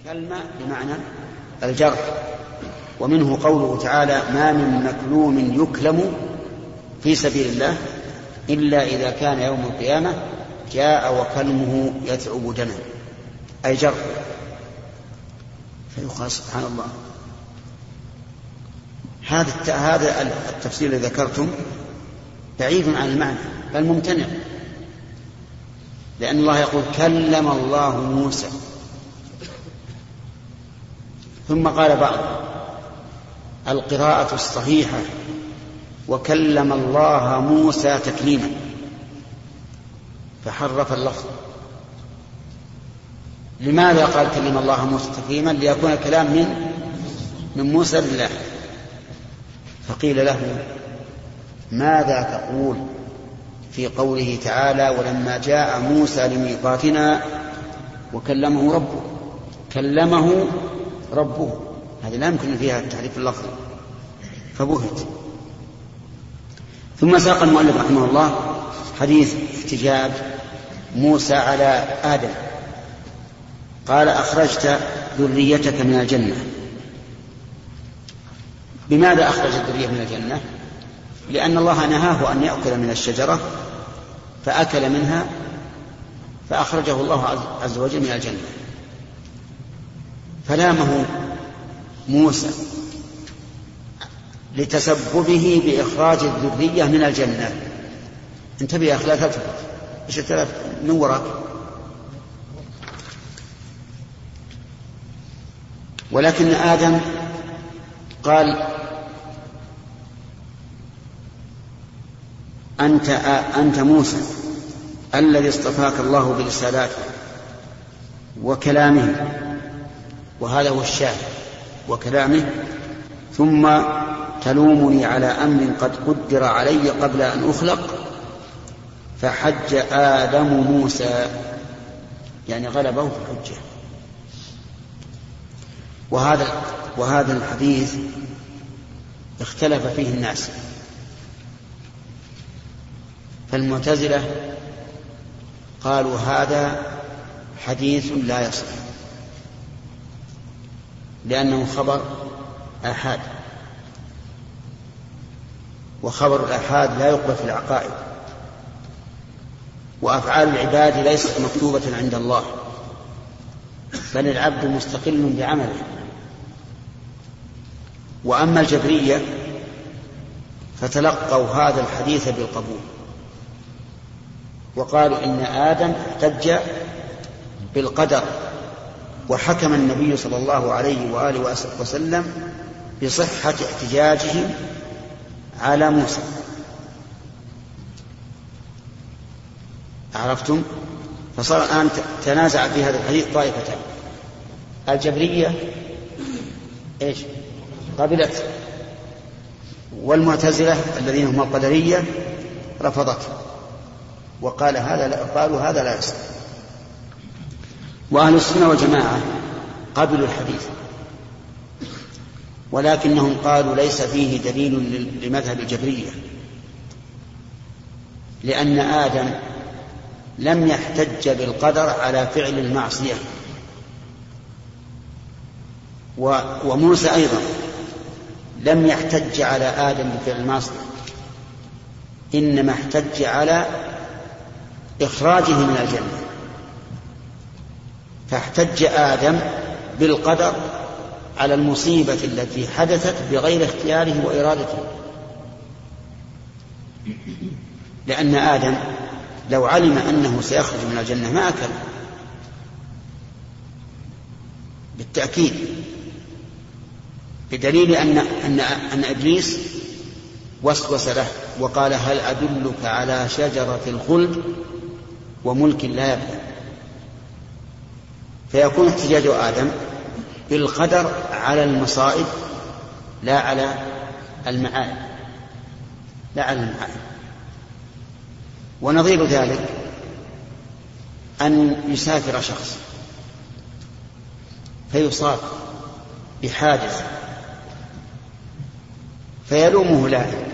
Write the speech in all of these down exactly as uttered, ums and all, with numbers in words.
كلمة بمعنى الجرح. ومنه قوله تعالى: ما من مكلوم يكلم في سبيل الله إلا إذا كان يوم القيامة جاء وكلمه يتعب دما، أي جرح. فيقال سبحان الله، هذا هذا التفسير الذي ذكرتم بعيد عن المعنى بل ممتنع، لأن الله يقول: كلم الله موسى. ثم قال بعض: القراءة الصحيحة وكلم الله موسى تكليما، فحرف اللفظ. لماذا قال كلم الله موسى تكليما؟ ليكون الكلام من من موسى لله. فقيل له: ماذا تقول في قوله تعالى: ولما جاء موسى لميقاتنا وكلمه ربه؟ كلمه ربه، هذه لا يمكن فيها التحريف اللفظي، فبهت. ثم ساق المؤلف رحمه الله حديث احتجاج موسى على آدم، قال: أخرجت ذريتك من الجنة. بماذا أخرج الذرية من الجنة؟ لأن الله نهاه أن يأكل من الشجرة فأكل منها فأخرجه الله عز وجل من الجنة. فلامه موسى لتسببه بإخراج الذرية من الجنة. انتبه يا أخي لا تلتفت، إيش التلف من وراك؟ ولكن آدم قال: أنت, أنت موسى الذي اصطفاك الله برسالاته وكلامه، وهذا هو الشاهد، وكلامه، ثم تلومني على أمر قد قدر علي قبل أن أخلق. فحج آدم موسى، يعني غلبه في الحجة. وهذا وهذا الحديث اختلف فيه الناس، فالمعتزلة قالوا هذا حديث لا يصح لأنه خبر آحاد، وخبر الآحاد لا يقبل في العقائد، وأفعال العباد ليست مكتوبة عند الله، بل العبد مستقل بعمله. وأما الجبرية فتلقوا هذا الحديث بالقبول، وقالوا إن آدم احتج بالقدر، وحكم النبي صلى الله عليه وآله وسلم بصحة احتجاجه على موسى. عرفتم؟ فصار الآن تنازع في هذا الحديث طائفتان: الجبرية إيش؟ قبلت، والمعتزلة الذين هم القدرية رفضت، وقال هذا لا، قالوا هذا لا يصح. وأهل السنة والجماعة قبلوا الحديث، ولكنهم قالوا ليس فيه دليل لمذهب الجبرية، لأن آدم لم يحتج بالقدر على فعل المعصية، وموسى أيضا لم يحتج على آدم بفعل المعصية، إنما احتج على إخراجه من الجنة. فاحتج آدم بالقدر على المصيبة التي حدثت بغير اختياره وإرادته، لأن آدم لو علم أنه سيخرج من الجنة ما أكل بالتأكيد، بدليل أن, أن, أن إبليس وسوس له وقال: هل أدلك على شجرة الخلد وملك لا يبلى. فيكون احتجاج آدم بالقدر على المصائب لا على المعائب، لا على المعائب. ونظير ذلك أن يسافر شخص فيصاب بحادث فيلومه لاعب،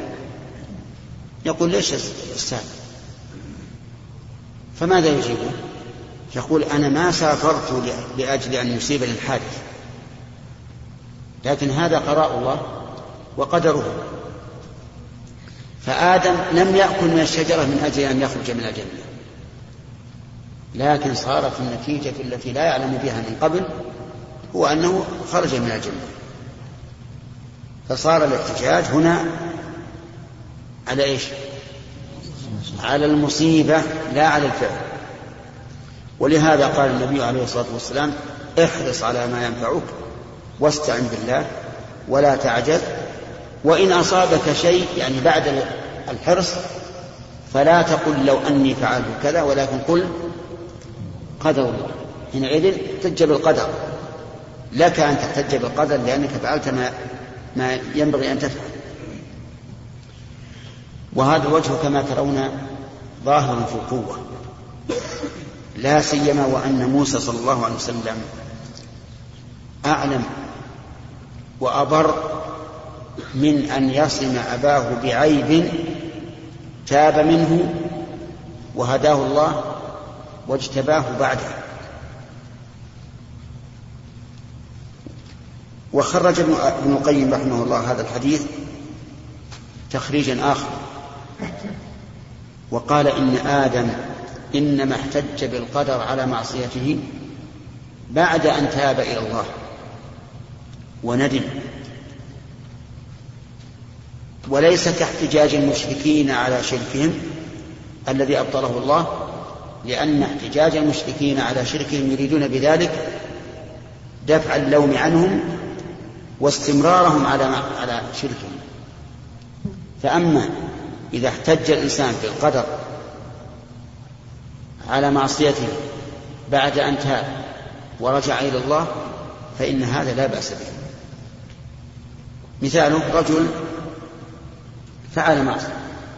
يقول: ليش السابق؟ فماذا يجيبه؟ يقول أنا ما سافرت لأجل أن يصيبني الحادث، لكن هذا قضاء الله وقدره. فآدم لم يأكل من الشجرة من أجل أن يخرج من الجنة، لكن صارت النتيجة التي لا يعلم بها من قبل هو أنه خرج من الجنة. فصار الاحتجاج هنا على إيش؟ على المصيبة لا على الفعل. ولهذا قال النبي عليه الصلاة والسلام احرص على ما ينفعك واستعن بالله ولا تعجل، وإن أصابك شيء يعني بعد الحرص فلا تقل لو أني فعلت كذا، ولكن قل قدر الله. حينئذ احتج بالقدر، لك أن تحتج بالقدر لأنك فعلت ما, ما ينبغي أن تفعل. وهذا الوجه كما ترون ظاهر في القوة، لا سيما وأن موسى صلى الله عليه وسلم أعلم وأبر من أن يصم أباه بعيب تاب منه وهداه الله واجتباه بعده. وخرج ابن القيم رحمه الله هذا الحديث تخريجا آخر، وقال إن آدم إنما احتج بالقدر على معصيته بعد أن تاب إلى الله وندم، وليس كاحتجاج المشركين على شركهم الذي أبطله الله، لأن احتجاج المشركين على شركهم يريدون بذلك دفع اللوم عنهم واستمرارهم على على شركهم. فأما إذا احتج الإنسان بالقدر على معصيته بعد أن تاب ورجع إلى الله فإن هذا لا بأس به. مثاله رجل فعل معصية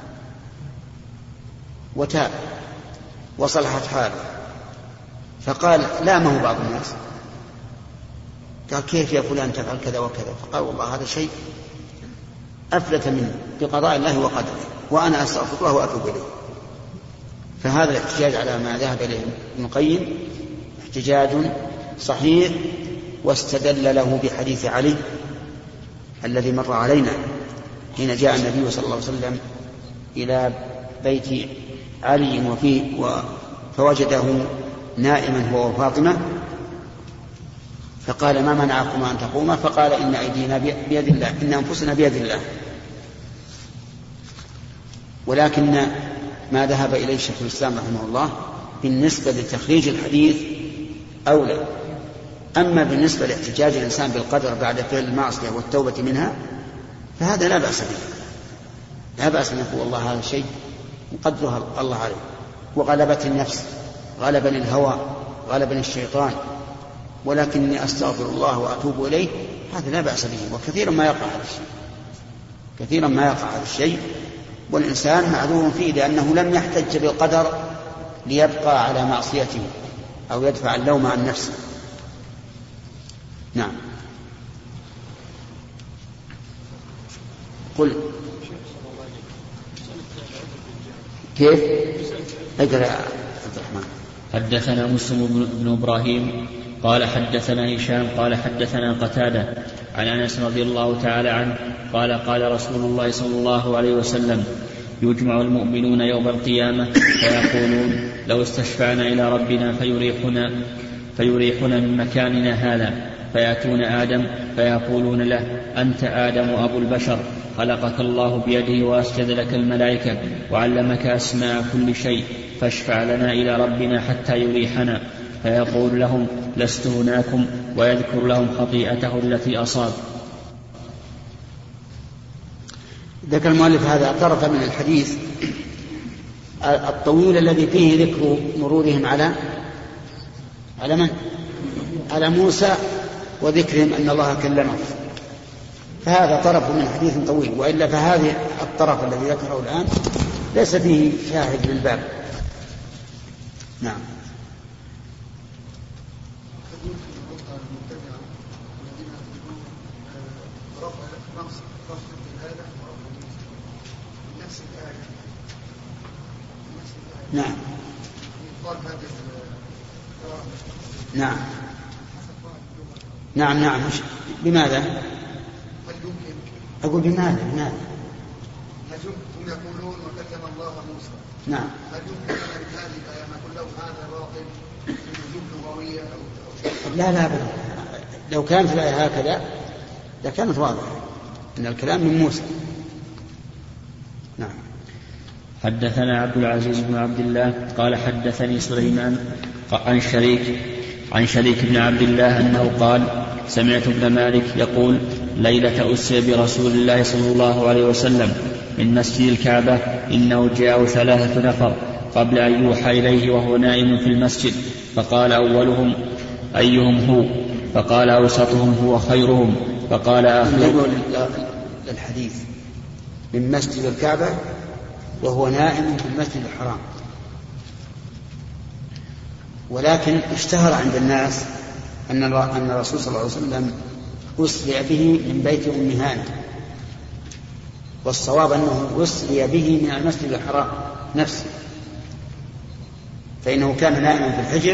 وتاب وصلحت حاله، فقال لامه بعض الناس قال كيف يا فلان تفعل كذا وكذا، فقال والله هذا شيء أفلت منه بقضاء الله وقدره وأنا أستغفر الله وأتوب إليه. فهذا الاحتجاج على ما ذهب إليه ابن القيم احتجاج صحيح، واستدل له بحديث علي الذي مر علينا حين جاء النبي صلى الله عليه وسلم إلى بيت علي وفيه فوجده نائما هو وفاطمة، فقال ما منعكما أن تقوما؟ فقال إن أيدينا بيد الله، إن أنفسنا بيد الله. ولكن ما ذهب إليه شيخ الإسلام رحمه الله بالنسبة لتخريج الحديث أولى. أما بالنسبة لاحتجاج الإنسان بالقدر بعد فعل المعصية والتوبة منها فهذا لا بأس به، لا بأس أن يقول والله هذا الشيء قدره الله عليه وغلبت النفس، غلبني الهوى، غلبني الشيطان، ولكني أستغفر الله وأتوب إليه، هذا لا بأس به. وكثيرا ما يقع هذا الشيء، كثيرا ما يقع هذا الشيء، والإنسان معذور فيه لأنه لم يحتج بالقدر ليبقى على معصيته أو يدفع اللوم عن نفسه. نعم. قل كيف؟ اقرأ عبد الرحمن. حدثنا مسلم بن إبراهيم قال حدثنا هشام قال حدثنا قتادة عن أنس رضي الله تعالى عنه قال قال رسول الله صلى الله عليه وسلم يجمع المؤمنون يوم القيامة فيقولون لو استشفعنا إلى ربنا فيريحنا, فيريحنا من مكاننا هذا، فيأتون آدم فيقولون له أنت آدم أبو البشر، خلقك الله بيده وأسجد لك الملائكة وعلمك أسماء كل شيء، فاشفع لنا إلى ربنا حتى يريحنا. فيقول لهم لست هناكم، ويذكر لهم خطيئته التي أصاب. ذكر المؤلف هذا طرف من الحديث الطويل الذي فيه ذكر مرورهم على على من؟ على موسى وذكرهم أن الله كلمه، فهذا طرف من حديث طويل، وإلا فهذه الطرف الذي ذكره الآن ليس فيه شاهد للباب. نعم. نعم. نعم نعم نعم مش بماذا؟ أقول بماذا بماذا؟ هم يقولون وكلم الله موسى. نعم. هل يمكن أن هذه الآية نقول له هذا باطل من وجوه لغوية أو لا لا بل. لو كانت الآية هكذا لكانت واضحة أن الكلام من موسى. نعم. حدثنا عبد العزيز بن عبد الله قال حدثني سليمان عن شريك عن شريك بن عبد الله أنه قال سمعت ابن مالك يقول ليلة أسري برسول الله صلى الله عليه وسلم من مسجد الكعبة إنه جاء ثلاثة نفر قبل أن يوحى إليه وهو نائم في المسجد، فقال أولهم أيهم هو؟ فقال أوسطهم هو خيرهم، فقال آخرهم الحديث من مسجد الكعبة وهو نائم في المسجد الحرام، ولكن اشتهر عند الناس أن أن الرسول صلى الله عليه وسلم أسري به من بيت أم هانة، والصواب أنه أسري به من المسجد الحرام نفسه، فإنه كان نائما في الحجر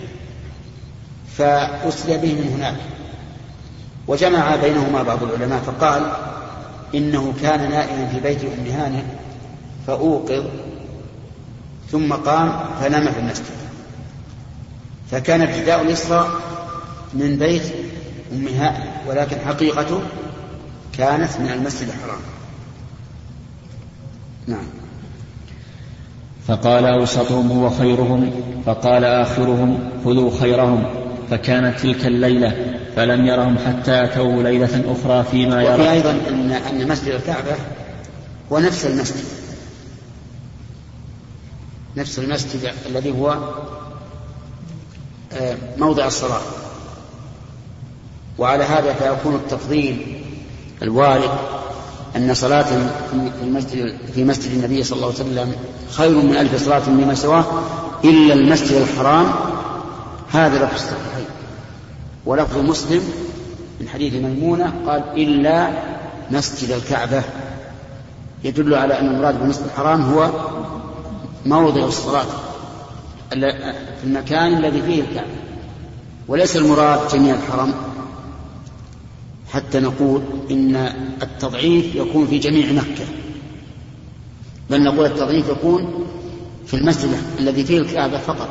فأسري به من هناك. وجمع بينهما بعض العلماء فقال إنه كان نائما في بيت أم هانة فأوقظ ثم قام فنام في المسجد، فكان ابتداء الإسراء من بيت أم هانة، ولكن حقيقته كانت من المسجد الحرام. نعم. فقال أوسطهم هو خيرهم، فقال آخرهم خذوا خيرهم، فكانت تلك الليلة فلم يرهم حتى أتوه ليلة أخرى فيما يرى. وفي أيضا أن, أن مسجد الكعبة هو نفس المسجد نفس المسجد الذي هو موضع الصلاة، وعلى هذا فيكون التفضيل الوارد أن صلاة في المسجد في مسجد النبي صلى الله عليه وسلم خير من ألف صلاة فيما سواه إلا المسجد الحرام. هذا لفظ الصحيحين، ولفظ مسلم من حديث ميمونة قال إلا مسجد الكعبة، يدل على أن المراد بالمسجد الحرام هو موضع الصلاة في المكان الذي فيه الكعبة، وليس المراد جميع الحرم، حتى نقول إن التضعيف يكون في جميع مكة، بل نقول التضعيف يكون في المسجد الذي فيه الكعبة فقط،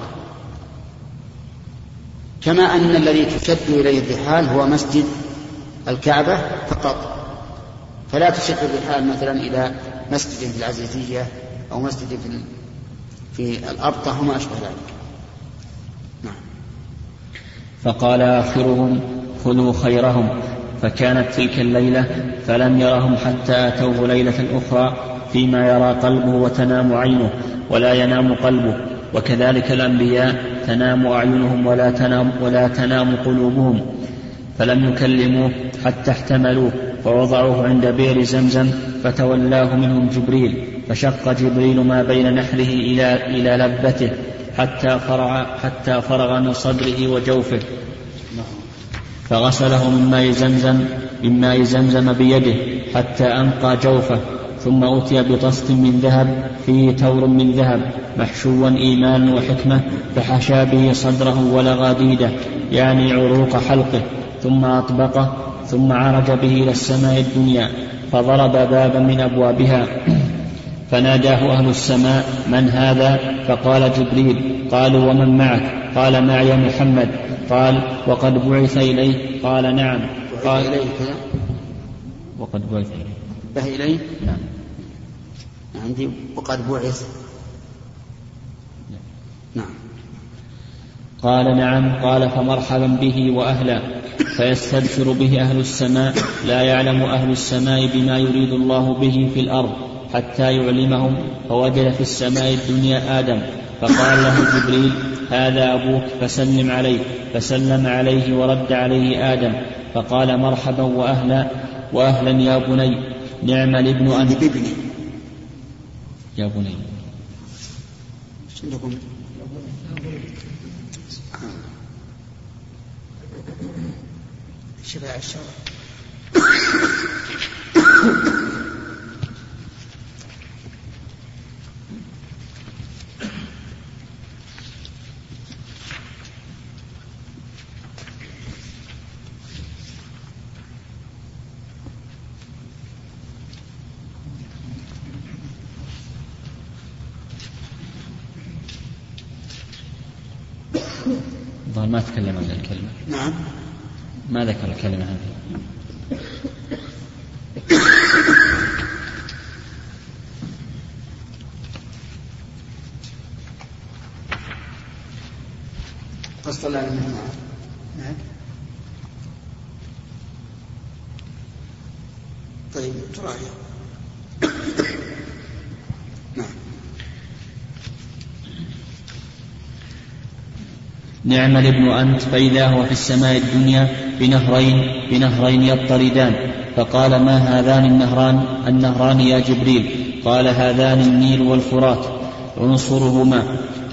كما أن الذي تشد إليه الرحال هو مسجد الكعبة فقط، فلا تشد الرحال مثلا إلى مسجد في العزيزية أو مسجد في في الأبطح وما أشبه ذلك. نعم. فقال آخرهم خذوا خيرهم، فكانت تلك الليلة فلم يرهم حتى أتوه ليلة أخرى فيما يرى قلبه وتنام عينه ولا ينام قلبه، وكذلك الأنبياء تنام أعينهم ولا تنام, ولا تنام قلوبهم، فلم يكلموه حتى احتملوه فوضعوه عند بئر زمزم، فتولاه منهم جبريل، فشق جبريل ما بين نحره إلى, إلى لبته حتى فرغ, حتى فرغ من صدره وجوفه، فغسله من ماء زمزم من ماء زمزم بيده حتى أنقى جوفه، ثم أتي بطست من ذهب فيه تور من ذهب محشوا إيمان وحكمة، فحشى به صدره ولغاديده يعني عروق حلقه، ثم أطبقه، ثم عرج به إلى السماء الدنيا فضرب بابا من أبوابها، فناداه أهل السماء من هذا؟ فقال جبريل. قالوا ومن معك؟ قال معي محمد. قال وقد بعث إليه؟ قال نعم. قال وقد بعث إليه به إليه؟ نعم. عندي وقد بعث. نعم. قال نعم. قال فمرحبا به وأهلا، فيستبشر به أهل السماء، لا يعلم أهل السماء بما يريد الله به في الأرض حتى يعلمهم، فوجد في السماء الدنيا آدم، فقال له جبريل هذا أبوك فسلم عليه، فسلم عليه ورد عليه آدم، فقال مرحبا وأهلا وأهلا يا بني، نعم الابن أنت. يا بني شبع الشرع. ما تكلم عن الكلمة. نعم ما ذكر الكلمة هذه. قصة الله منه. نعم طيب تراجع. نعم نعم الابن أنت فإذا هو في السماء الدنيا بنهرين بنهرين يضطردان فقال ما هذان النهران النهران يا جبريل؟ قال هذان النيل والفرات عنصرهما.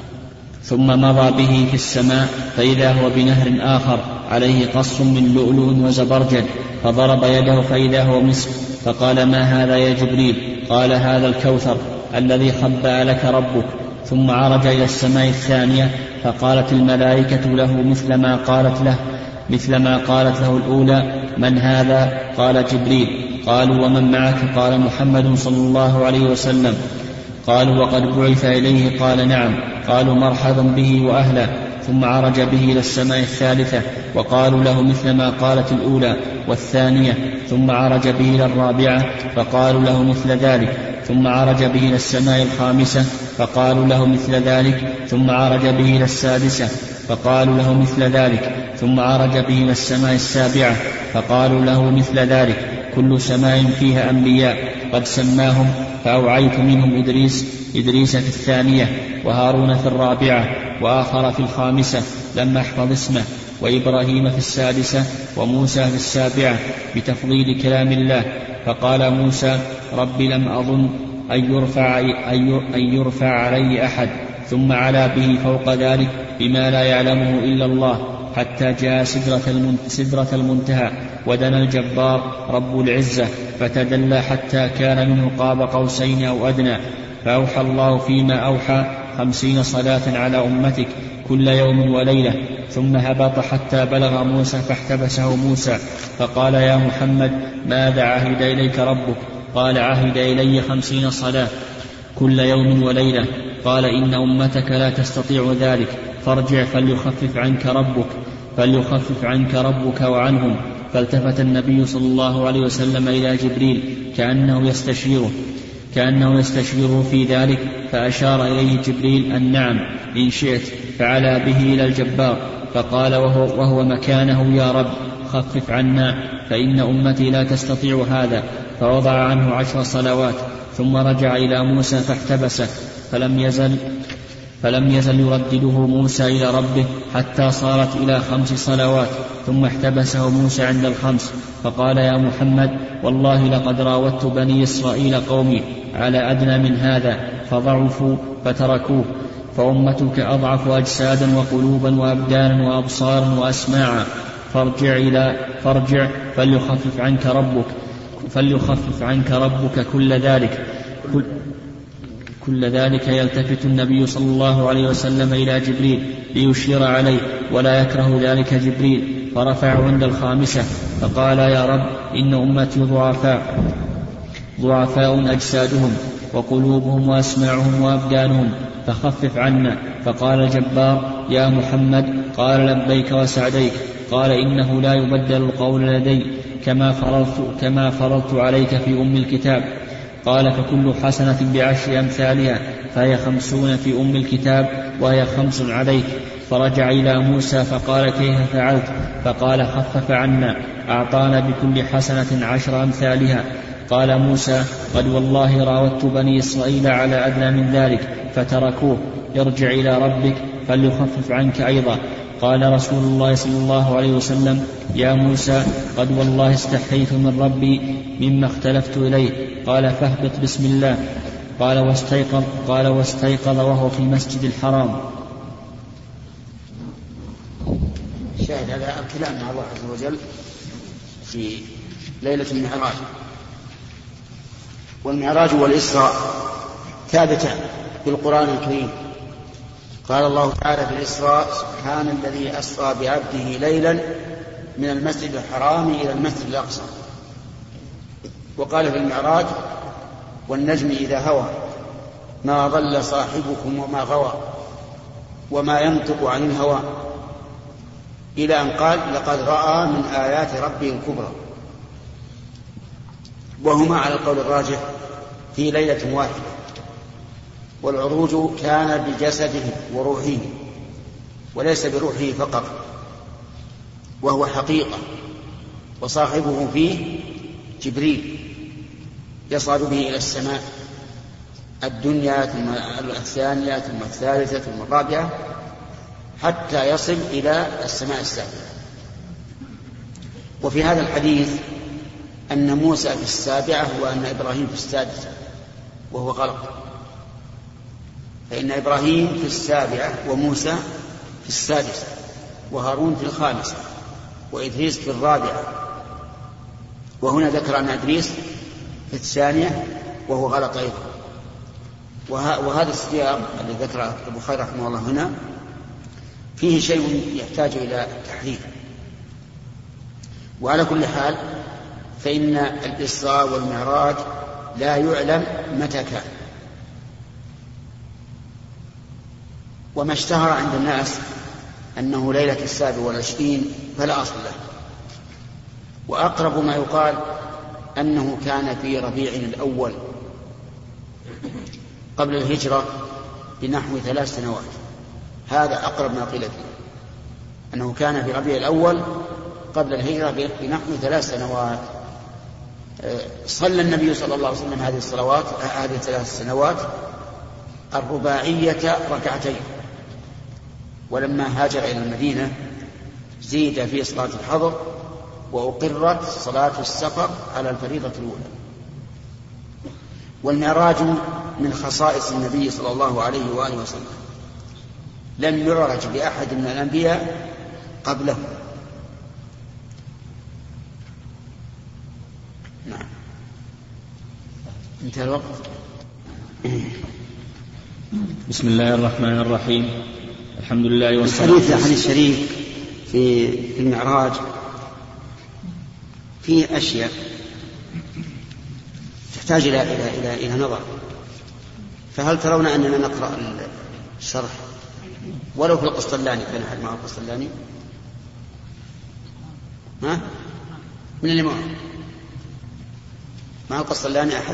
ثم مضى به في السماء فإذا هو بنهر آخر عليه قص من لؤلؤ وزبرجد فضرب يده فإذا هو مسك فقال ما هذا يا جبريل؟ قال هذا الكوثر الذي خبأ لك ربك. ثم عرج إلى السماء الثانية فقالت الملائكة له مثل ما قالت له مثل ما قالت له الأولى من هذا؟ قال جبريل. قالوا ومن معك؟ قال محمد صلى الله عليه وسلم. قالوا وقد بعث إليه؟ قال نعم. قالوا مرحبا به وأهلا. ثم عرج به إلى السماء الثالثة وقالوا له مثل ما قالت الأولى والثانية. ثم عرج به إلى الرابعة فقالوا له مثل ذلك. ثم عرج به إلى السماء الخامسة فقالوا له مثل ذلك. ثم عرج به إلى السادسة فقالوا له مثل ذلك. ثم عرج به إلى السماء السابعة فقالوا له مثل ذلك. كل سماء فيها أنبياء قد سماهم فأوعيت منهم إدريس إدريس في الثانية وهارون في الرابعة وآخر في الخامسة لم أحفظ اسمه وإبراهيم في السادسة وموسى في السابعة بتفضيل كلام الله. فقال موسى رب لم أظن أن يرفع, أن يرفع علي أحد. ثم علا به فوق ذلك بما لا يعلمه إلا الله حتى جاء سدرة المنتهى ودنا الجبار رب العزة فتدلى حتى كان منه قاب قوسين أو أدنى. فأوحى الله فيما أوحى خمسين صلاة على أمتك كل يوم وليلة. ثم هبط حتى بلغ موسى فاحتبسه موسى فقال يا محمد ماذا عهد إليك ربك؟ قال عهد إلي خمسين صلاة كل يوم وليلة. قال إن أمتك لا تستطيع ذلك فارجع فليخفف عنك ربك فليخفف عنك ربك وعنهم. فالتفت النبي صلى الله عليه وسلم إلى جبريل كأنه يستشيره كأنه يستشيره في ذلك فأشار إليه جبريل أن نعم إن شئت فعلا به إلى الجبار. فقال وهو, وهو مكانه يا رب خفف عنا فإن أمتي لا تستطيع هذا. فوضع عنه عشر صلوات. ثم رجع إلى موسى فاحتبسه فلم يزل فلم يزل يردده موسى إلى ربه حتى صارت إلى خمس صلوات. ثم احتبسه موسى عند الخمس فقال يا محمد والله لقد راودت بني إسرائيل قومي على أدنى من هذا فضعفوا فتركوه. فأمتك أضعف أجسادا وقلوبا وأبدانا وأبصارا وأسماعا. فارجع إلى فارجع فليخفف عنك ربك فليخفف عنك ربك كل ذلك كل كل ذلك. يلتفت النبي صلى الله عليه وسلم إلى جبريل ليشير عليه ولا يكره ذلك جبريل. فرفعه عند الخامسة فقال يا رب إن أمتي ضعفاء ضعفاء أجسادهم وقلوبهم وأسماعهم وأبدانهم فخفف عنا. فقال الجبار يا محمد قال لبيك وسعديك. قال إنه لا يبدل القول لدي كما فرضت, كما فرضت عليك في أم الكتاب. قال فكل حسنة بعشر أمثالها فهي خمسون في أم الكتاب وهي خمس عليك. فرجع إلى موسى فقال كيف فعلت؟ فقال خفف عنا أعطانا بكل حسنة عشر أمثالها. قال موسى قد والله راودت بني إسرائيل على أدنى من ذلك فتركوه ارجع إلى ربك فليخفف عنك أيضا. قال رسول الله صلى الله عليه وسلم يا موسى قد والله استحييت من ربي مما اختلفت إليه. قال فاهبط بسم الله. قال واستيقظ قال واستيقظ وهو في المسجد الحرام. شاهد على الكلام مع الله عز وجل في ليلة المعراج. والمعراج والإسراء ثابتان في القرآن الكريم. قال الله تعالى في الإسراء سبحان الذي أسرى بعبده ليلا من المسجد الحرام إلى المسجد الأقصى. وقال في المعراج والنجم إذا هوى ما ضل صاحبكم وما غوى وما ينطق عن الهوى إلى أن قال لقد رأى من آيات ربه الكبرى، وهما على القول الراجح في ليلة واحدة. والعروج كان بجسده وروحه وليس بروحه فقط، وهو حقيقة، وصاحبه فيه جبريل يصعد به إلى السماء الدنيا ثم الثانية ثم الثالثة ثم الرابعة حتى يصل إلى السماء السابعة. وفي هذا الحديث أن موسى في السابعة وأن إبراهيم في السادسة، وهو غلط، فإن إبراهيم في السابعة وموسى في السادسة وهارون في الخامسة وإدريس في الرابعة، وهنا ذكر أن إدريس في الثانية وهو غلط أيضا. وهذا السياق الذي ذكره البخاري رحمه الله هنا فيه شيء يحتاج إلى تحريف. وعلى كل حال فإن الإسراء والمعراج لا يعلم متى كان، وما اشتهر عند الناس أنه ليلة السابع والعشرين فلا أصل له. وأقرب ما يقال أنه كان في ربيع الأول قبل الهجرة بنحو ثلاث سنوات، هذا أقرب ما قيل فيه، أنه كان في ربيع الأول قبل الهجرة بنحو ثلاث سنوات. صلى النبي صلى الله عليه وسلم هذه الصلوات هذه الثلاث سنوات الرباعية ركعتين، ولما هاجر إلى المدينة زيد في صلاة الحضر وأقرت صلاة السفر على الفريضة الأولى. والمعراج من خصائص النبي صلى الله عليه وآله وسلم، لم يعرج بأحد من الأنبياء قبله. نعم، انتهى الوقت. بسم الله الرحمن الرحيم، الحمد لله والصلاة والسلام. الحديث الشريف في في المعراج فيه أشياء تحتاج إلى إلى إلى إلى نظر، فهل ترون أننا نقرأ الشرح ولو في القسطلاني؟ كان أحد مع القسطلاني؟ ها؟ من اللي معه؟ مع القسطلاني أحد؟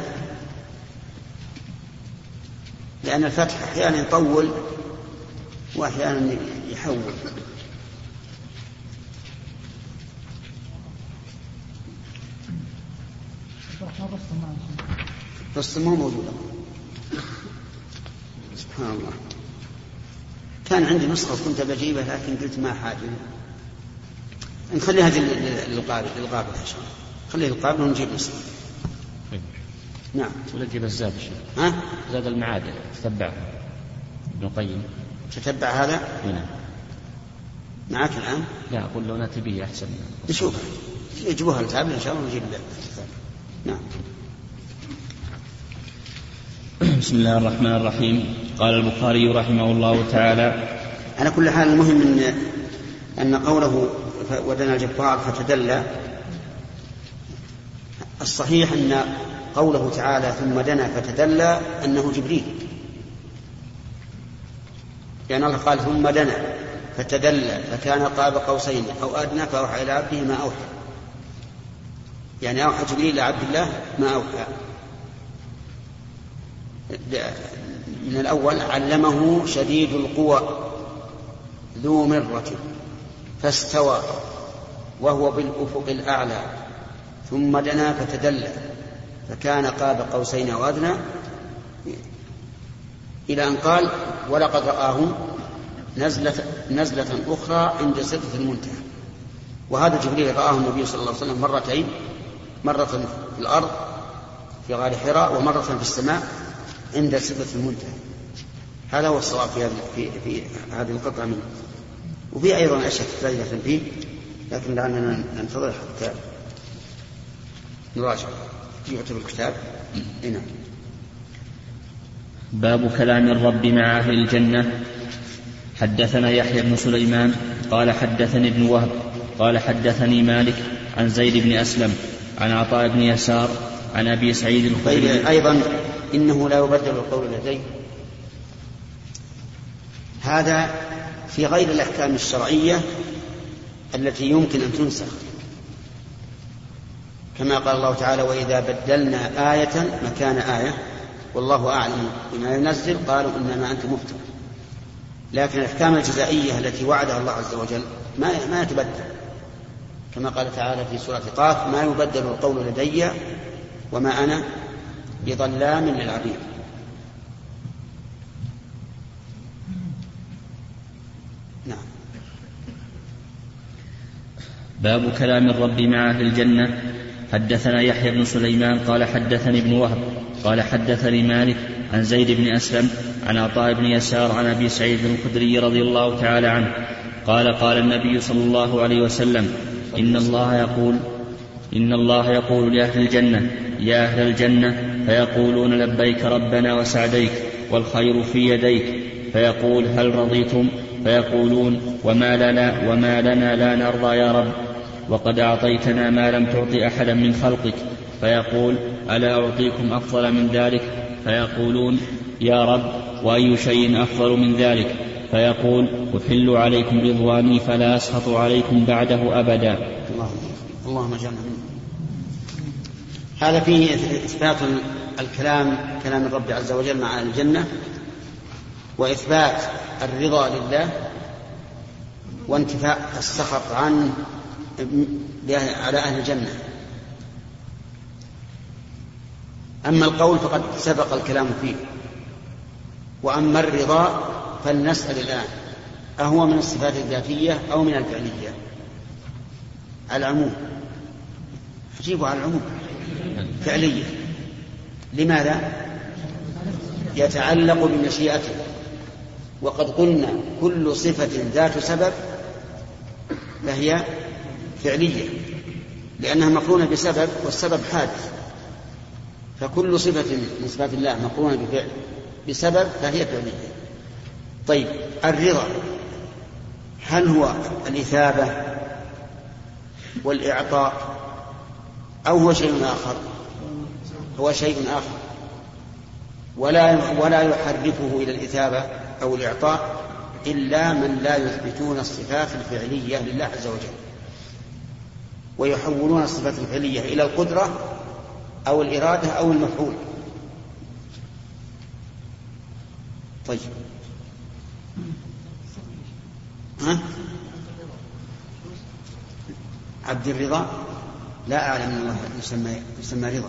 لأن الفتح أحيانا يطول وأحيانا يحول. بس ما موجودة، سبحان الله. كان عندي نسخة كنت بجيبها لكن قلت ما حاجة، نخليها للقابل للقابل عشان خليه القابل ونجيب نسخة. نعم، ولا تجيب الزاد شيء؟ ها؟ زاد المعاد تتبع ابن القيم. تتبع هذا؟ هنا معك الآن؟ لا، أقول لو نأتي به أحسن. نشوف يجيبوها التابل إن شاء الله ونجيب الكتاب. نعم. بسم الله الرحمن الرحيم. قال البخاري رحمه الله تعالى: على كل حال المهم أن أن قوله ودنا الجبار فتدلى، الصحيح أن قوله تعالى ثم دنا فتدلى أنه جبريل، لأن الله قال ثم دنا فتدلى فكان قاب قوسين أو أدنى فأوحى إلى عبده ما أوحى، يعني أوحى جبريل إلى عبد الله ما أوحى. من الأول علمه شديد القوى ذو مرة فاستوى وهو بالأفق الأعلى ثم دنا فتدلى فكان قاب قوسين أو أدنى، إلى أن قال ولقد رآه نزلة, نزلة أخرى عند سدرة المنتهى. وهذا جبريل رآه النبي صلى الله عليه وسلم مرتين، مرة في الأرض في غار حراء ومرة في السماء عند سدرة المنتهى. هذا هو الصواب في, في, في هذه القطعة منه. وفي أيضا أشياء تحتاج فيه لكن لعلنا ننتظر حتى نراجع يعتبر الكتاب. هنا باب كلام الرب مع أهل الجنة. حدثنا يحيى بن سليمان قال حدثني ابن وهب قال حدثني مالك عن زيد بن أسلم عن عطاء بن يسار عن أبي سعيد الخدري. أيضا إنه لا يبدل القول لديه، هذا في غير الأحكام الشرعية التي يمكن أن تنسخ، كما قال الله تعالى: وإذا بدلنا آية مكان آية والله أعلم بما ينزل قالوا إنما أنت مفتر. لكن الأحكام الجزائية التي وعدها الله عز وجل ما ما يتبدل، كما قال تعالى في سورة قاف: ما يبدل القول لدي وما أنا بظلام للعبيد. نعم. باب كلام الرب مع أهل الجنة. حدثنا يحيى بن سليمان قال حدثني ابن وهب قال حدثني مالك عن زيد بن أسلم عن عطاء بن يسار عن أبي سعيد الخدري رضي الله تعالى عنه قال قال النبي صلى الله عليه وسلم: إن الله يقول إن الله يقول لأهل الجنة: يا أهل الجنة، فيقولون: لبيك ربنا وسعديك والخير في يديك. فيقول: هل رضيتم؟ فيقولون: وما لنا وما لنا لا نرضى يا رب، وقد أعطيتنا ما لم تعط أحدا من خلقك. فيقول: ألا أعطيكم أفضل من ذلك؟ فيقولون: يا رب، وأي شيء أفضل من ذلك؟ فيقول: أحل عليكم رضواني فلا أسخط عليكم بعده أبدا. اللهم اجعلنا منه. هذا فيه إثبات الكلام كلام الرب عز وجل مع أهل الجنة، وإثبات الرضا لله، وانتفاء السخط عن على أهل الجنة. أما القول فقد سبق الكلام فيه، وأما الرضا فلنسأل الآن: أهو من الصفات الذاتية أو من الفعلية؟ على العموم، أجيبوا على العموم، فعلية. لماذا؟ يتعلق بمشيئته، وقد قلنا كل صفة ذات سبب فهي فعلية، لأنها مقرونة بسبب، والسبب حادث. فكل صفة من صفات الله مقرونة بفعل بسبب فهي فعلية. طيب، الرضا هل هو الإثابة والإعطاء أو هو شيء آخر؟ هو شيء آخر، ولا ولا يحرفه إلى الإثابة أو الإعطاء إلا من لا يثبتون الصفات الفعلية لله عز وجل، ويحولون الصفات الفعلية إلى القدرة أو الإرادة أو المفعول. طيب، ها؟ عبد الرضا لا أعلم أن الله يسمى, يسمى رضا،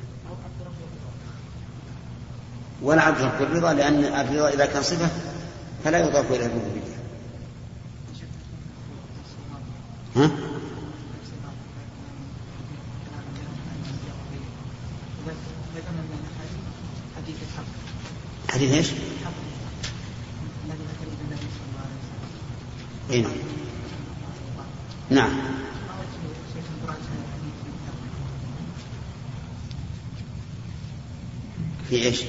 ولا عبد الرضا، لأن الرضا إذا كان صفة فلا يضاف إلى الربوبية. ها؟ حديث ايش؟ اي نعم. نعم. في ايش؟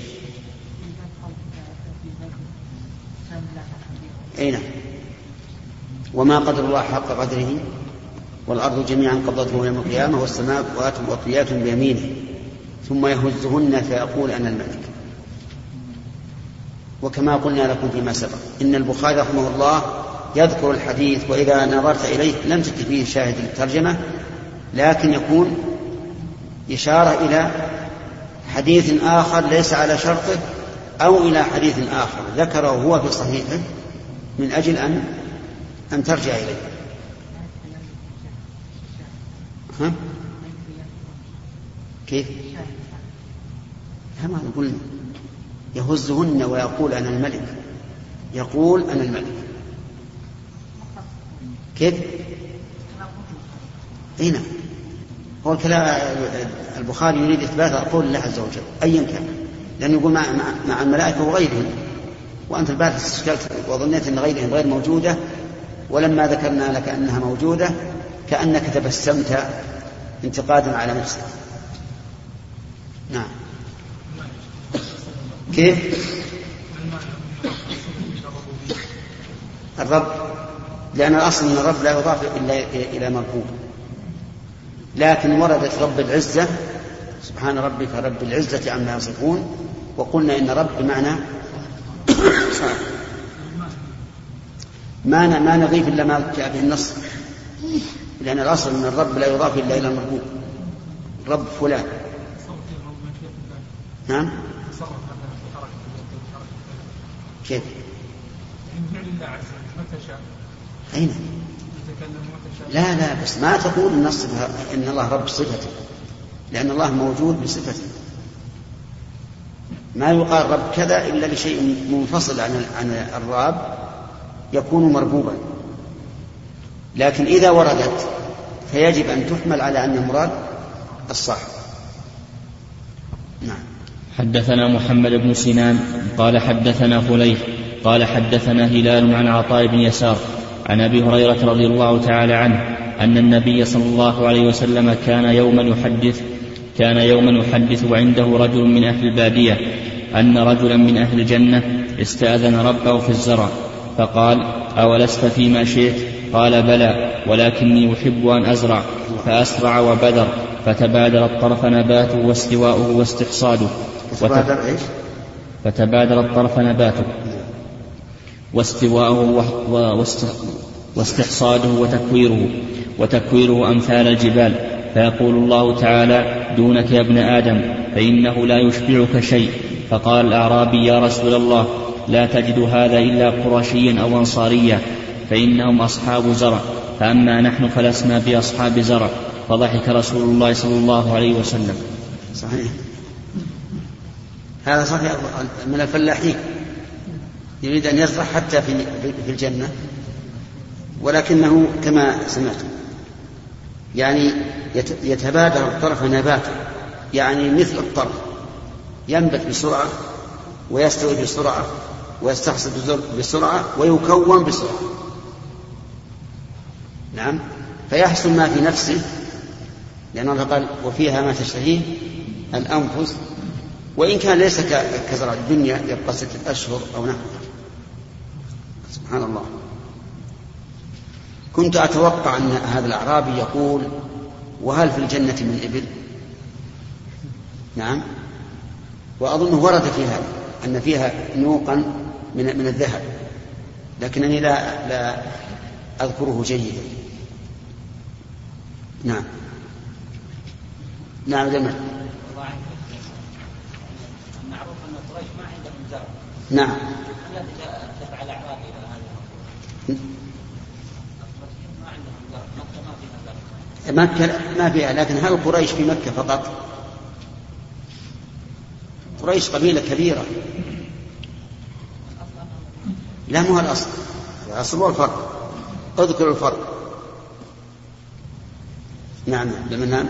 اي نعم. وما قدر الله حق قدره والأرض جميعا قبضته يوم القيامة والسماوات مطويات بيمينه ثم يهزهن فيقول أنا الملك. وكما قلنا لكم فيما سبق إن البخاري رحمه الله يذكر الحديث، وإذا نظرت إليه لم تجد فيه شاهد الترجمة، لكن يكون إشارة إلى حديث آخر ليس على شرطه، أو إلى حديث آخر ذكره هو في صحيحه من أجل أن أن ترجع إليه. ها؟ كيف؟ كما نقول يهزهن ويقول أنا الملك، يقول أنا الملك. كيف؟ هنا هو الكلام. البخاري يريد إثبات قول الله عز وجل أيا كان، لأنه يقول مع, مع الملائكة وغيرهم، وأنت البارح استشكلت وظنيت أن غيرهم غير موجودة، ولما ذكرنا لك أنها موجودة كأنك تبسمت انتقادا على نفسك. نعم. كيف؟ الرب، لأن الأصل أن الرب لا يضاف إلا إلى مربوب، لكن وردت رب العزة سبحان ربك رب العزة عما يصفون، وقلنا إن رب بمعنى ما ما نضيف إلا ما جاء به النص لأن الأصل أن الرب لا يضاف إلا إلى المربوب، رب فلان. نعم. كيف؟ أين؟ لا لا بس ما تقول النص إن الله رب صفته، لأن الله موجود بصفته. ما يقال رب كذا إلا لشيء منفصل عن عن الرب يكون مربوبا، لكن إذا وردت فيجب أن تحمل على أن المراد الصح. نعم. حدثنا محمد بن سنان قال حدثنا فليح قال حدثنا هلال عن عطاء بن يسار عن أبي هريرة رضي الله تعالى عنه أن النبي صلى الله عليه وسلم كان يوما يحدث كان يوما يحدث وعنده رجل من أهل البادية أن رجلا من أهل الجنة استأذن ربه في الزرع فقال: أولست فيما شئت؟ قال: بلى، ولكني أحب أن أزرع. فأسرع وبذر، فتبادر الطرف نباته واستواؤه واستحصاده فتبادر إيش؟ فتبادر الطرف نباته واستواؤه واستحصاده وتكويره وتكويره أمثال الجبال. فيقول الله تعالى: دونك يا ابن آدم، فإنه لا يشبعك شيء. فقال الأعرابي: يا رسول الله، لا تجد هذا إلا قرشيا أو أنصاريا، فإنهم أصحاب زرع، فأما نحن فلسنا بأصحاب زرع. فضحك رسول الله صلى الله عليه وسلم. صحيح، هذا صحيح من الفلاحين، يريد أن يزرع حتى في في الجنة، ولكنه كما سمعت يعني يتبادر الطرف نباته، يعني مثل الطرف ينبت بسرعة ويستوي بسرعة ويستحصد بسرعة ويكون بسرعة. نعم، فيحصل ما في نفسه، لأن الله قال: وفيها ما تشتهيه الأنفس، وإن كان ليس كزرع الدنيا يبقى ستة أشهر أو نحو. سبحان الله. كنت أتوقع أن هذا الأعرابي يقول: وهل في الجنة من إبل؟ نعم، وأظنه ورد في هذا أن فيها نوقا من من الذهب، لكنني لا لا أذكره جيدا. نعم نعم جميل. معروف أن قريش ما عندهم زرع. نعم. التي تفعل أعرابي هذا ما عندهم زرع، مكة ما فيها زرع. مكة ما فيها، لكن هل قريش في مكة فقط؟ قريش قبيلة كبيرة. لا، مو الأصل، الأصل هو الفرق. اذكر الفرق. نعم بمنام.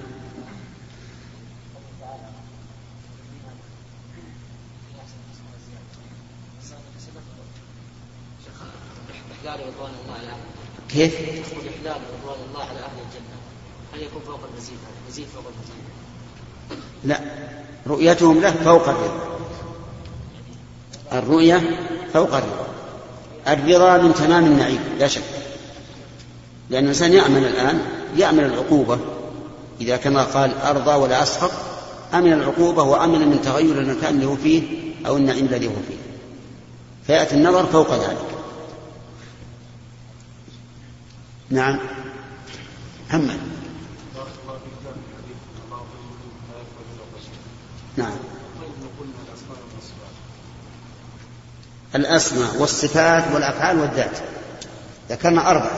كيف؟ الإحلال رضوان الله على أهل الجنة هل يكون فوق المزيد؟ المزيد فوق المزيد؟ لا، رؤيتهم له فوق الرضا. الرؤية فوق الرضا. الرضا من تمام النعيم لا شك، لأن الإنسان يعمل الآن يعمل العقوبة، إذا كما قال: أرضى ولا أسخط، أمن العقوبة وأمن من تغير المكان اللي هو فيه أو النعيم الذي هو فيه، فيأتي النظر فوق ذلك. نعم محمد. نعم، الأسماء والصفات والأفعال والذات ذكرنا أربعة.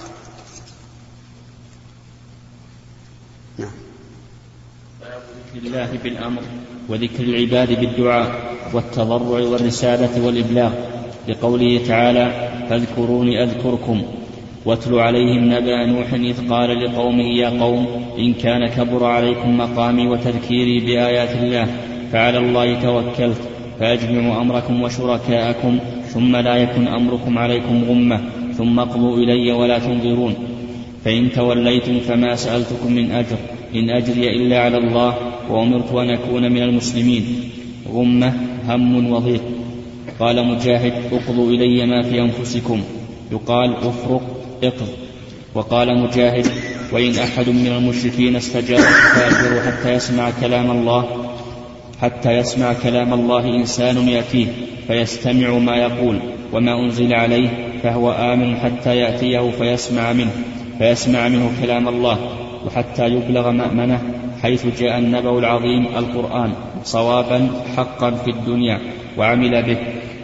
نعم. ذكر الله بالأمر وذكر العباد بالدعاء والتضرع والرسالة والإبلاغ، لقوله تعالى: فاذكروني أذكركم. واتل عليهم نبأ نوح إذ قال لقومه: يا قوم، إن كان كبر عليكم مقامي وتذكيري بآيات الله فعلى الله توكلت، فأجمعوا أمركم وشركاءكم ثم لا يكن أمركم عليكم غمة، ثم اقضوا إلي ولا تنظرون. فإن توليتم فما سألتكم من أجر، إن أجري إلا على الله، وأمرت أن أكون من المسلمين. غمة هم وضيق. قال مجاهد: اقضوا إلي ما في أنفسكم، يقال افرق اقض. وقال مجاهد: وإن أحد من المشركين استجار فأجره حتى يسمع كلام الله حتى يسمع كلام الله إنسان يأتيه فيستمع ما يقول وما أنزل عليه، فهو آمن حتى يأتيه فيسمع منه، فيسمع منه كلام الله، وحتى يبلغ مأمنه حيث جاء النبأ العظيم القرآن صوابا حقا في الدنيا وعمل به.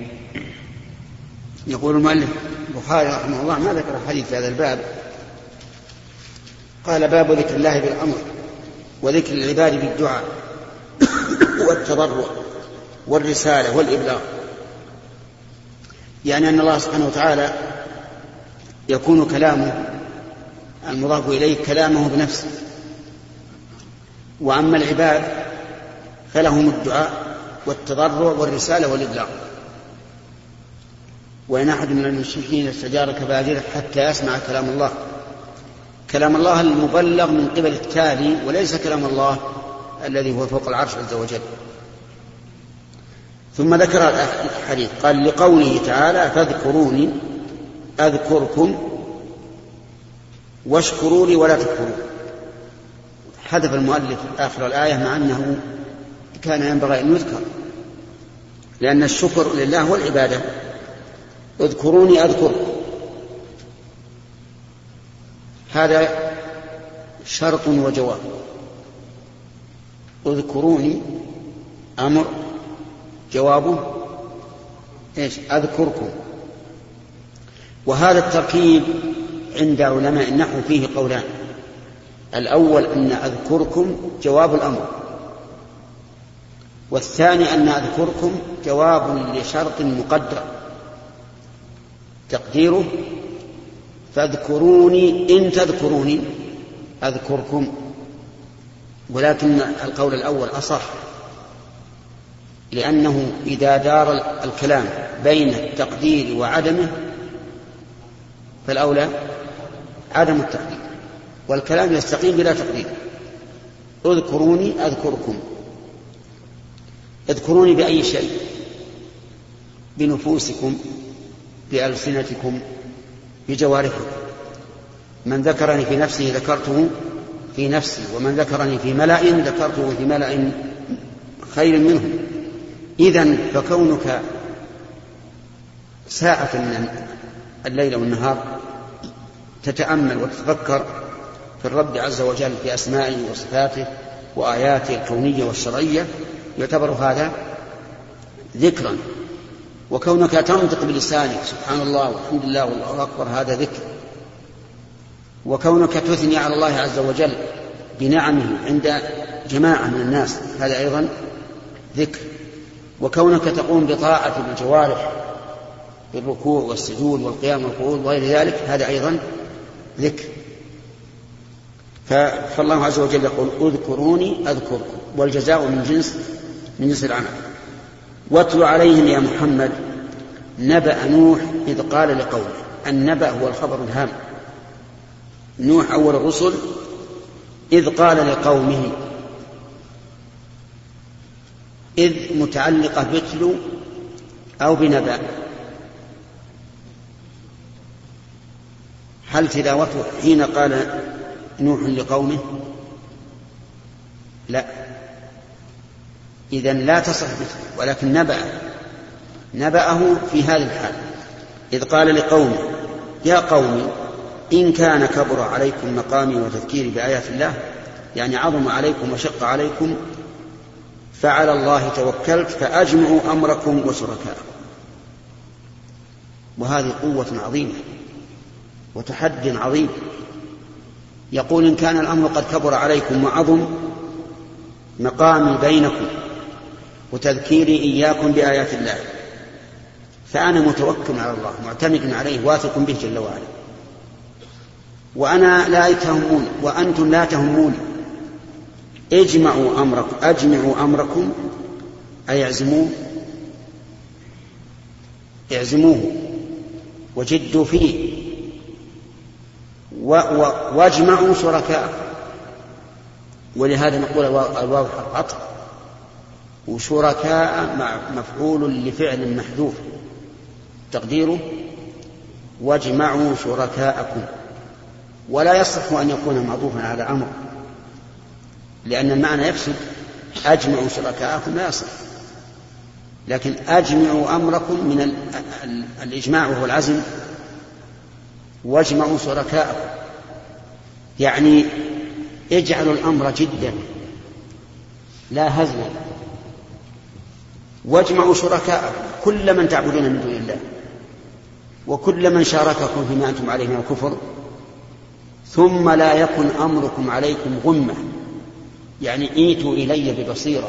يقول المؤلف البخاري رحمه الله ما ذكر حديث هذا الباب، قال باب ذكر الله بالأمر وذكر العباد بالدعاء والتضرع والرسالة والإبلاغ، يعني أن الله سبحانه وتعالى يكون كلامه المضاف إليه كلامه بنفسه، وأما العباد فلهم الدعاء والتضرع والرسالة والإبلاغ. وإن أحد من المشركين استجارك فأجره حتى يسمع كلام الله، كلام الله المبلغ من قبل التالي وليس كلام الله الذي هو فوق العرش عز وجل. ثم ذكر الحديث قال لقوله تعالى فاذكروني أذكركم واشكروا لي ولا تكفروا. حذف المؤلف آخر الآية مع أنه كان ينبغي أن يذكر، لأن الشكر لله هو العبادة. اذكروني أذكركم هذا شرط وجواب. اذكروني أمر، جوابه إيش؟ أذكركم. وهذا التركيب عند علماء النحو فيه قولان: الأول أن أذكركم جواب الأمر، والثاني أن أذكركم جواب لشرط مقدر تقديره فاذكروني إن تذكروني أذكركم. ولكن القول الأول أصح، لأنه إذا دار الكلام بين التقدير وعدمه فالأولى عدم التقدير، والكلام يستقيم بلا تقدير. اذكروني أذكركم. اذكروني بأي شيء، بنفوسكم، بألسنتكم، بجوارحكم. من ذكرني في نفسه ذكرته في نفسي، ومن ذكرني في ملأ ذكرته في ملأ خير منه. إذن فكونك ساعة من الليل والنهار تتأمل وتتفكر في الرب عز وجل في أسمائه وصفاته وآياته الكونية والشرعية يعتبر هذا ذكرا. وكونك تنطق بلسانك سبحان الله والحمد لله والله أكبر هذا ذكر. وكونك تثني على الله عز وجل بنعمه عند جماعة من الناس هذا أيضا ذكر. وكونك تقوم بطاعة بالجوارح بالركوع والسجود والقيام والقعود وغير ذلك هذا أيضا ذكر. فالله عز وجل يقول اذكروني أذكركم، والجزاء من جنس من جنس العمل. واتل عليهم يا محمد نبأ نوح إذ قال لقومه. النبأ هو الخبر الهام. نوح أول الرسل إذ قال لقومه، إذ متعلقة بتلو أو بنبأ. هل تلاوته حين قال نوح لقومه؟ لا، إذن لا تصح بتلو، ولكن نبأ نبأه في هذه الحال إذ قال لقومه يا قوم إن كان كبر عليكم مقامي وتذكيري بآيات الله، يعني عظم عليكم وشق عليكم، فعلى الله توكلت فأجمعوا أمركم وشركاءكم. وهذه قوة عظيمة وتحدي عظيم. يقول إن كان الأمر قد كبر عليكم وعظم مقامي بينكم وتذكيري إياكم بآيات الله، فأنا متوكل على الله معتمد عليه واثق به جل وعلا، وأنا لا تهموني وأنتم لا تهموني. اجمعوا أمركم أجمعوا أمركم أي اعزموه اعزموه وجدوا فيه واجمعوا شركاء. ولهذا نقول الواو حرف عطف، وشركاء مع مفعول لفعل محذوف تقديره واجمعوا شركاءكم. ولا يصح أن يكون معطوفا على أمر، لأن المعنى يفسد. أجمعوا شركاءكم لا يصح، لكن أجمعوا أمركم من الإجماع وهو العزم، واجمعوا شركاءكم يعني اجعلوا الأمر جدا لا هزلا، واجمعوا شركاء كل من تعبدون من دون الله وكل من شارككم فيما أنتم عليه من الكفر، ثم لا يكن أمركم عليكم غمة، يعني ايتوا إلي ببصيرة.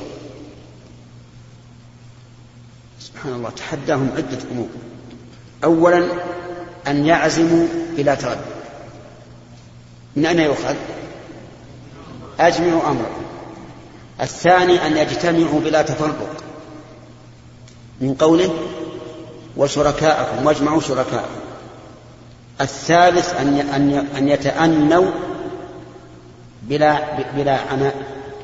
سبحان الله، تحداهم عدة أمور. أولا أن يعزموا بلا تردد، من أين يؤخذ؟ أجمعوا أمركم. الثاني أن يجتمعوا بلا تفرق، من قوله وشركاءكم واجمعوا شركاءكم. الثالث أن أن يتأنوا بلا بلا عناء،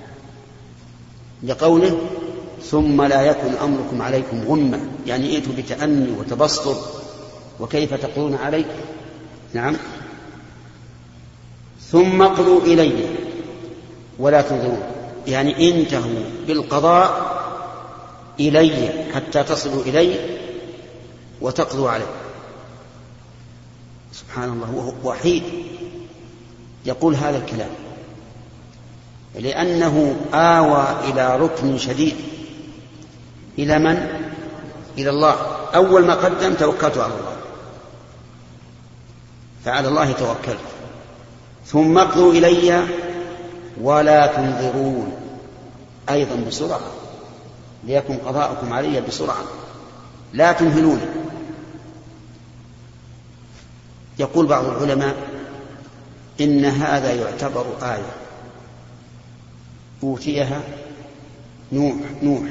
لقوله ثم لا يكن أمركم عليكم غمة، يعني ائتوا بتأني وتبسط، وكيف تقولون علي. نعم. ثم اقضوا إلي ولا تنظرون، يعني انتهوا بالقضاء إلي حتى تصلوا إلي وتقضوا علي. سبحان الله، وهو وحيد يقول هذا الكلام، لأنه آوى إلى ركن شديد. إلى من؟ إلى الله. أول ما قدم توكلت على الله، فعلى الله توكلت. ثم اقضوا إلي ولا تنظرون، أيضا بسرعة، ليكن قضاءكم علي بسرعة لا تمهلون. يقول بعض العلماء إن هذا يعتبر آية أوتيها نوح نوح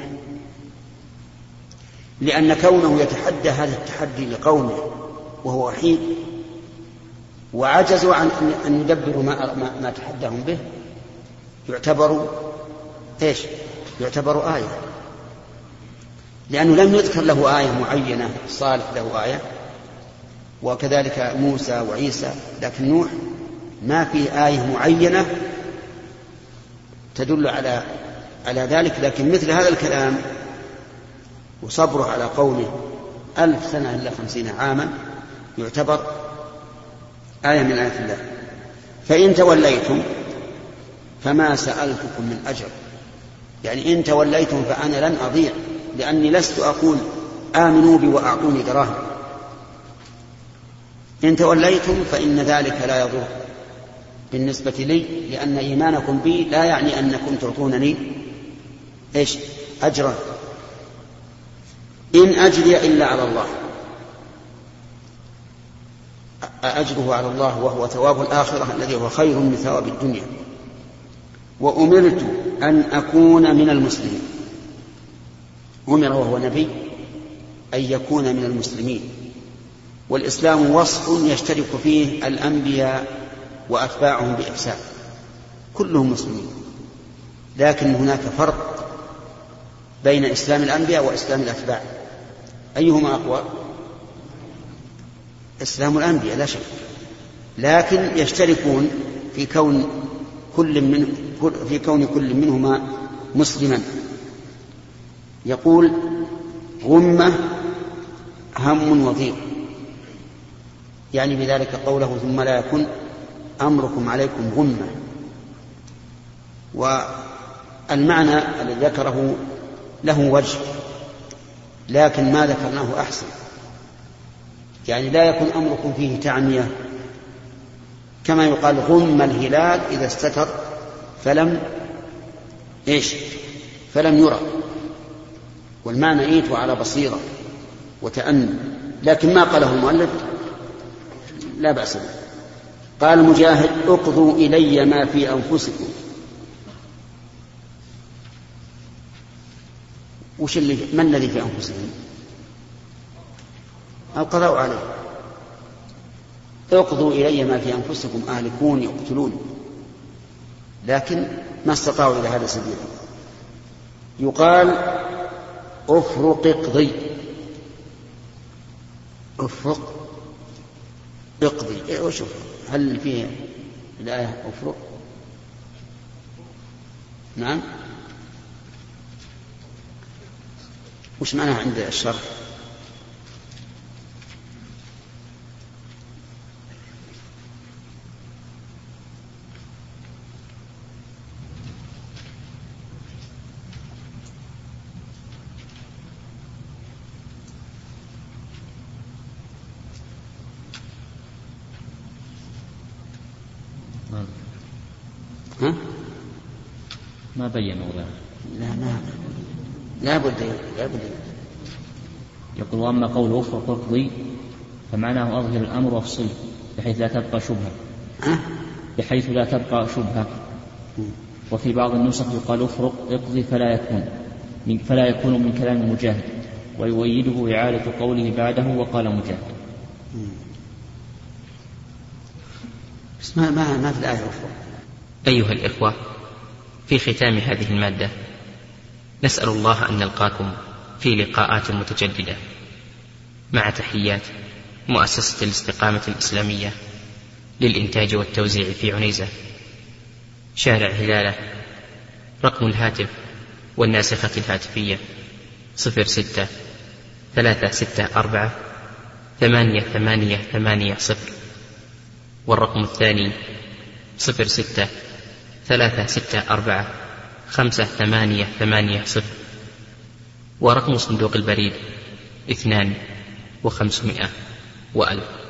لأن كونه يتحدى هذا التحدي لقومه وهو وحيد، وعجزوا عن أن يدبروا ما, ما, ما تحداهم به، يعتبر إيش؟ يعتبر آية، لأنه لم يذكر له آية معينة. صالح له آية، وكذلك موسى وعيسى، لكن نوح ما في آية معينة تدل على على ذلك. لكن مثل هذا الكلام وصبره على قوله ألف سنة إلا خمسين عاما يعتبر آية من آيات الله. فإن توليتم فما سألتكم من أجر، يعني إن توليتم فأنا لن أضيع، لأني لست أقول آمنوا بي وأعطوني دراهم. إن توليتم فإن ذلك لا يضر بالنسبة لي، لأن إيمانكم بي لا يعني أنكم تعطونني إيش؟ أجرا. إن أجري إلا على الله، أجره على الله وهو ثواب الآخرة الذي هو خير من ثواب الدنيا. وأمرت أن أكون من المسلمين، أمر وهو نبي أن يكون من المسلمين. والإسلام وصف يشترك فيه الأنبياء وأتباعهم بإحسان، كلهم مسلمين، لكن هناك فرق بين إسلام الأنبياء وإسلام الأتباع. أيهما أقوى؟ إسلام الأنبياء لا شك، لكن يشتركون في كون كل من في كون كل منهما مسلما. يقول غمة هم وضيق، يعني بذلك قوله ثم لا يكن أمركم عليكم غمة. والمعنى الذي ذكره له وجه، لكن ما ذكرناه أحسن، يعني لا يكن أمركم فيه تعمية، كما يقال غم الهلال إذا استتر فلم إيش فلم يرى، والمعنى إيتوا على بصيرة وتأني، لكن ما قاله المؤلف لا بأس به. قال مجاهد اقضوا إلي ما في أنفسكم. وش اللي ما الذي في أنفسهم؟ القضاء عليه. اقضوا إلي ما في أنفسكم أهلكون يقتلون، لكن ما استطاعوا إلى هذا سبيلا. يقال افرق اقضي، افرق اقضي. وشوف هل فيه الآية افرق؟ نعم. وش معناها عند الشرح؟ ها؟ ما بين موضعه. لا ما لا بد لا بد. يقول وأما قول افرق واقضي فمعناه أظهر الأمر وافصل بحيث لا تبقى شبهة بحيث لا تبقى شبهة. وفي بعض النسخ يقال افرق اقضي فلا يكون من فلا يكون من كلام مجاهد، ويؤيده إعادة قوله بعده وقال مجاهد. بس ما ما ما في الآية افرق. أيها الإخوة، في ختام هذه المادة نسأل الله أن نلقاكم في لقاءات متجددة، مع تحيات مؤسسة الاستقامة الإسلامية للإنتاج والتوزيع في عنيزة، شارع هلالة. رقم الهاتف والناسخة الهاتفية صفر ستة ثلاثة ستة أربعة ثمانية ثمانية ثمانية صفر، والرقم الثاني صفر ستة ثلاثة ستة أربعة خمسة ثمانية ثمانية صفر، ورقم صندوق البريد اثنان وخمسمائة وألف.